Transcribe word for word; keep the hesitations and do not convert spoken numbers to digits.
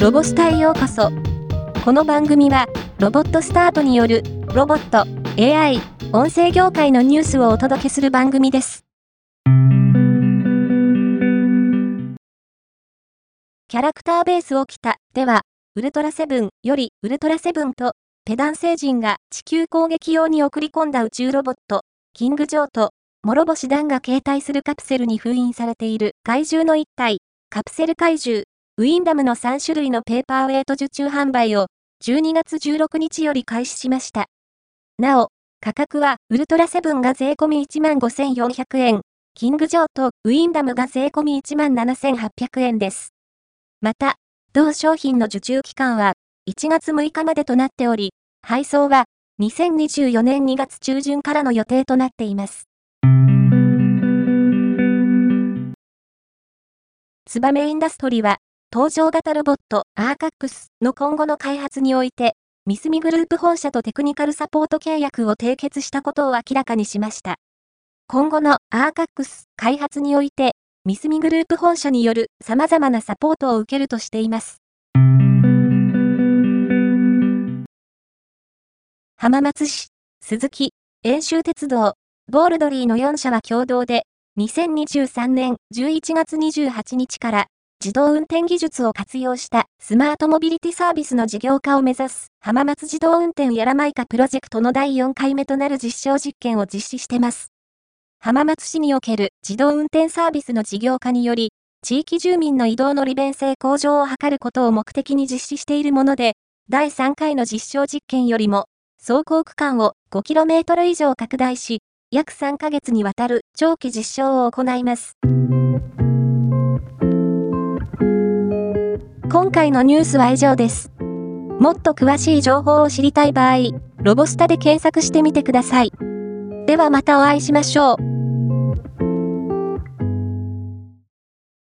ロボスタへようこそ。この番組は、ロボットスタートによる、ロボット、エーアイ、音声業界のニュースをお届けする番組です。キャラクターベース起きた、では、ウルトラセブンよりウルトラセブンと、ペダン星人が地球攻撃用に送り込んだ宇宙ロボット、キングジョーと、諸星団が携帯するカプセルに封印されている怪獣の一体、カプセル怪獣、ウィンダムのさん種類のペーパーウェイト受注販売を、じゅうにがつじゅうろくにちより開始しました。なお、価格は、ウルトラセブンが税込みいちまんごせんよんひゃくえん、キングジョーとウィンダムが税込みいちまんななせんはっぴゃくえんです。また、同商品の受注期間は、いちがつむいかまでとなっており、配送は、にせんにじゅうよねんにがつちゅうじゅんからの予定となっています。ツバメインダストリは、搭乗型ロボット、アーカックスの今後の開発において、ミスミグループ本社とテクニカルサポート契約を締結したことを明らかにしました。今後のアーカックス開発において、ミスミグループ本社による様々なサポートを受けるとしています。浜松市、鈴木、遠州鉄道、ボールドリーのよんしゃは共同で、にせんにじゅうさんねんじゅういちがつにじゅうはちにちから自動運転技術を活用したスマートモビリティサービスの事業化を目指す浜松自動運転やらまいかプロジェクトのだいよんかいめとなる実証実験を実施してます。浜松市における自動運転サービスの事業化により、地域住民の移動の利便性向上を図ることを目的に実施しているもので、だいさんかいの実証実験よりも、走行区間を ごキロメートル 以上拡大し、約さんかげつにわたる長期実証を行います。今回のニュースは以上です。もっと詳しい情報を知りたい場合、ロボスタで検索してみてください。ではまたお会いしましょう。